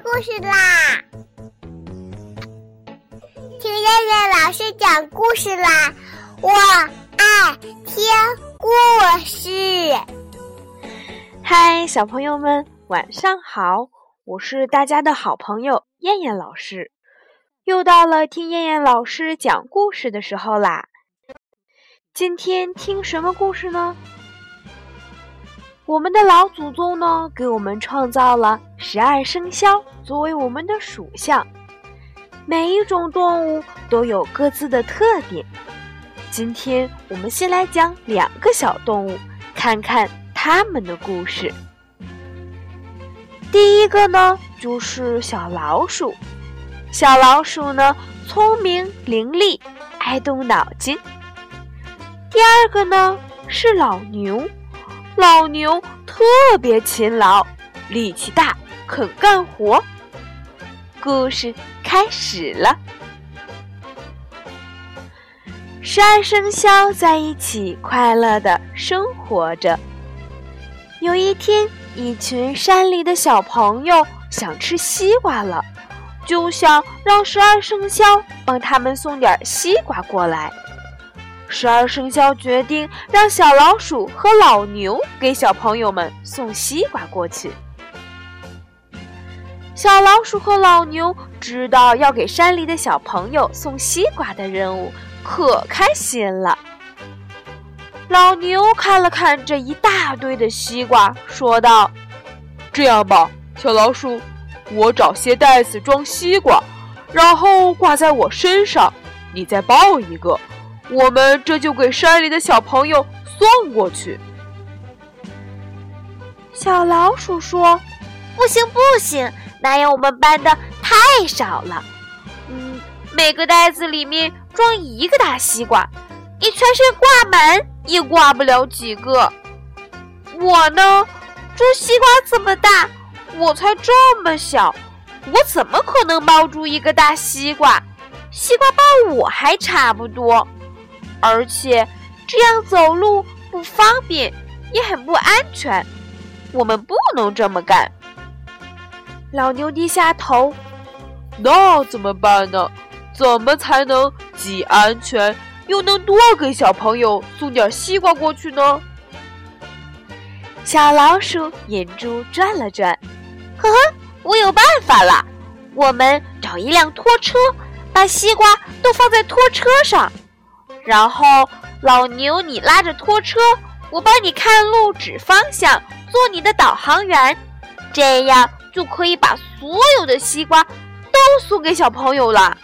故事啦！听燕燕老师讲故事啦！我爱听故事。 嗨，小朋友们，晚上好！我是大家的好朋友燕燕老师，又到了听燕燕老师讲故事的时候啦。今天听什么故事呢？我们的老祖宗呢，给我们创造了12生肖作为我们的属相，每一种动物都有各自的特点。今天我们先来讲2个小动物，看看它们的故事。第一个呢，就是小老鼠。小老鼠呢，聪明伶俐，爱动脑筋。第二个呢，是老牛。老牛特别勤劳，力气大，肯干活。故事开始了。12生肖在一起快乐地生活着。有一天，一群山里的小朋友想吃西瓜了，就想让12生肖帮他们送点西瓜过来。12生肖决定让小老鼠和老牛给小朋友们送西瓜过去。小老鼠和老牛知道要给山里的小朋友送西瓜的任务，可开心了。老牛看了看这一大堆的西瓜，说道：“ 这样吧，小老鼠，我找些袋子装西瓜，然后挂在我身上，你再抱一个，我们这就给山里的小朋友送过去。” 小老鼠说：“ 不行不行，那样我们搬的太少了。每个袋子里面装1个大西瓜，你全身挂满也挂不了几个。我呢，这西瓜这么大，我才这么小，我怎么可能抱住1个大西瓜？西瓜抱我还差不多。而且这样走路不方便，也很不安全，我们不能这么干。” 老牛低下头：“ 那怎么办呢？怎么才能既安全又能多给小朋友送点西瓜过去呢？” 小老鼠眼珠转了转：“ 呵呵，我有办法了！我们找一辆拖车，把西瓜都放在拖车上。然后老牛你拉着拖车，我帮你看路指方向，做你的导航员，这样就可以把所有的西瓜都送给小朋友了。”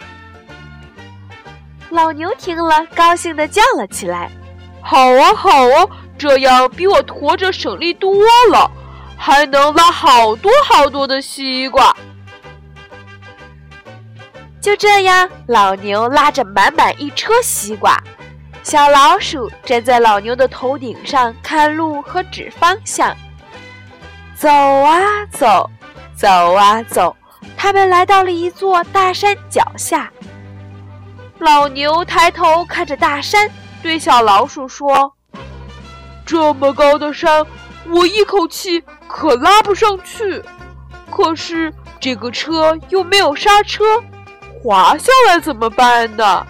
老牛听了高兴地叫了起来：“ 好啊好啊，这样比我驮着省力多了，还能拉好多好多的西瓜。” 就这样，老牛拉着满满一车西瓜，小老鼠站在老牛的头顶上看路和指方向。走啊走，走啊走，他们来到了一座大山脚下。老牛抬头看着大山，对小老鼠说：“ 这么高的山，我一口气可拉不上去，可是这个车又没有刹车，滑下来怎么办呢？”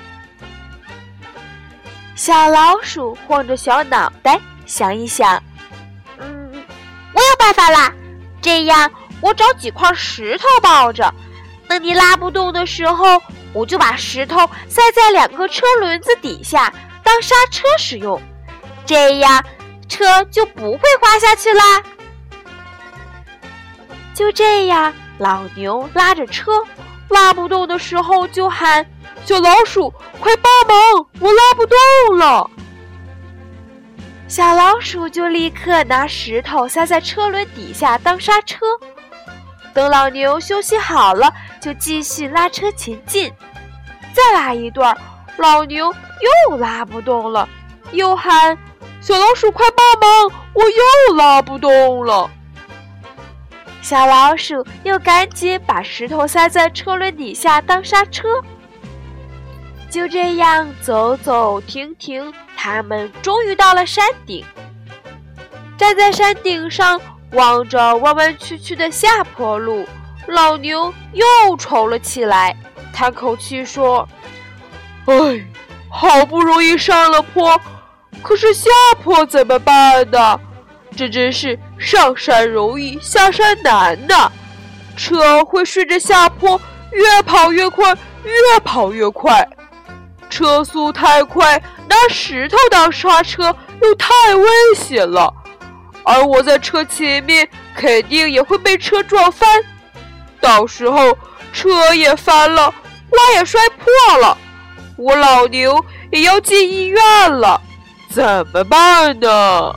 小老鼠晃着小脑袋想一想， 我有办法啦！这样我找几块石头抱着，等你拉不动的时候，我就把石头塞在2个车轮子底下当刹车使用，这样车就不会滑下去啦。 就这样，老牛拉着车，拉不动的时候就喊：“ 小老鼠，快帮忙，我拉不动了。” 小老鼠就立刻拿石头塞在车轮底下当刹车。等老牛休息好了，就继续拉车前进。再拉一段，老牛又拉不动了，又喊：“ 小老鼠，快帮忙，我又拉不动了。” 小老鼠又赶紧把石头塞在车轮底下当刹车。就这样走走停停，他们终于到了山顶。站在山顶上，望着弯弯曲曲的下坡路， 老牛又愁了起来，叹口气说：“ 哎，好不容易上了坡，可是下坡怎么办呢？这真是上山容易下山难呐！车会顺着下坡越跑越快，越跑越快。车速太快，拿石头当刹车又太危险了。而我在车前面，肯定也会被车撞翻。到时候车也翻了，我也摔破了，我老牛也要进医院了，怎么办呢？”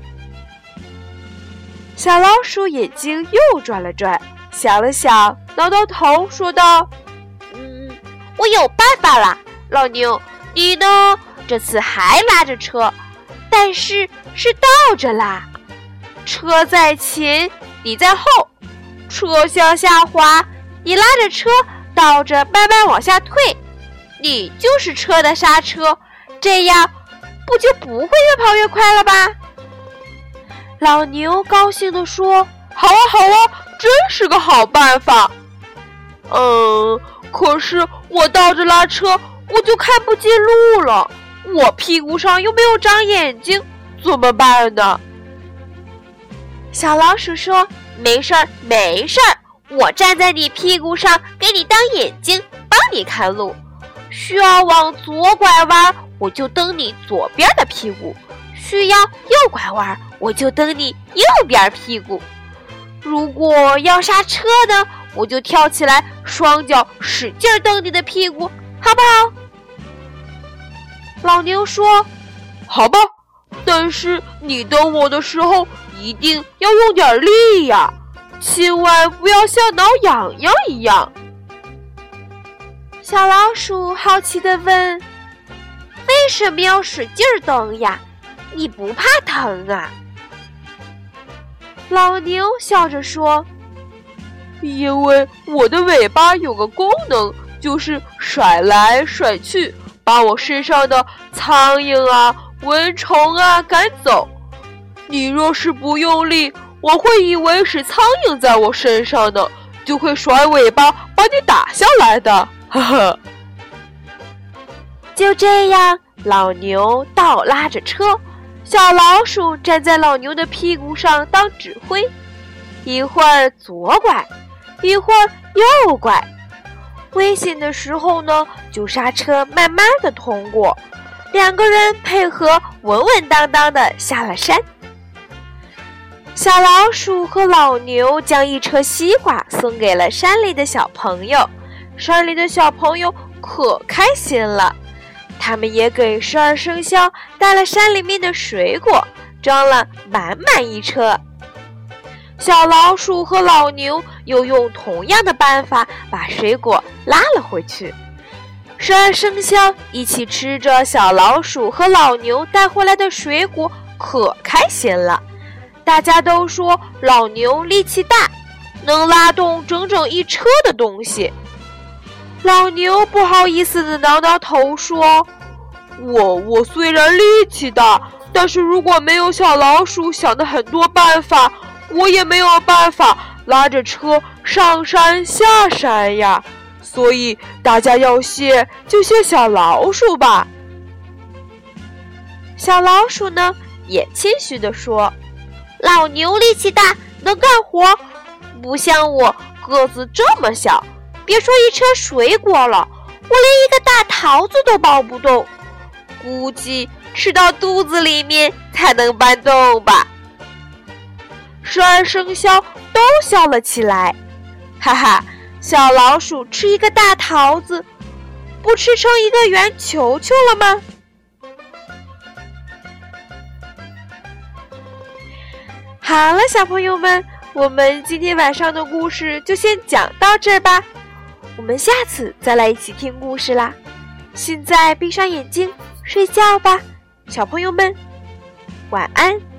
小老鼠眼睛又转了转，想了想，挠挠头说道：“ 我有办法啦，老牛，你呢？这次还拉着车，但是是倒着拉，车在前，你在后，车向下滑，你拉着车倒着慢慢往下退，你就是车的刹车，这样不就不会越跑越快了吧？” 老牛高兴地说：“ 好啊好啊，真是个好办法。可是我倒着拉车，我就看不见路了，我屁股上又没有长眼睛，怎么办呢？” 小老鼠说：“ 没事儿，没事儿，我站在你屁股上，给你当眼睛，帮你看路。需要往左拐弯，我就蹬你左边的屁股；需要右拐弯，我就蹬你右边屁股。如果要刹车呢，我就跳起来，双脚使劲蹬你的屁股，好不好？” 老牛说：“ 好吧，但是你蹬我的时候一定要用点力呀，千万不要像挠痒痒一样。” 小老鼠好奇地问：“ 为什么要使劲蹬呀？你不怕疼啊？” 老牛笑着说：“ 因为我的尾巴有个功能，就是甩来甩去，把我身上的苍蝇啊、蚊虫啊赶走。你若是不用力，我会以为是苍蝇在我身上呢，就会甩尾巴把你打下来的。呵呵。” 就这样，老牛倒拉着车，小老鼠站在老牛的屁股上当指挥，一会儿左拐，一会儿右拐。危险的时候呢，就刹车慢慢的通过，两个人配合，稳稳当当的下了山。小老鼠和老牛将一车西瓜送给了山里的小朋友，山里的小朋友可开心了。他们也给12生肖带了山里面的水果，装了满满一车。小老鼠和老牛又用同样的办法把水果拉了回去。12生肖一起吃着小老鼠和老牛带回来的水果，可开心了。大家都说老牛力气大，能拉动整整一车的东西。老牛不好意思地挠挠头说：“ 我虽然力气大，但是如果没有小老鼠想的很多办法，我也没有办法拉着车上山下山呀。所以大家要谢就谢小老鼠吧。” 小老鼠呢也谦虚地说：“ 老牛力气大，能干活，不像我个子这么小，别说一车水果了，我连一个大桃子都抱不动，估计吃到肚子里面才能搬动吧。 ”12生肖都笑了起来，哈哈，小老鼠吃一个大桃子，不吃成一个圆球球了吗？好了，小朋友们，我们今天晚上的故事就先讲到这儿吧，我们下次再来一起听故事啦。现在闭上眼睛睡觉吧，小朋友们，晚安。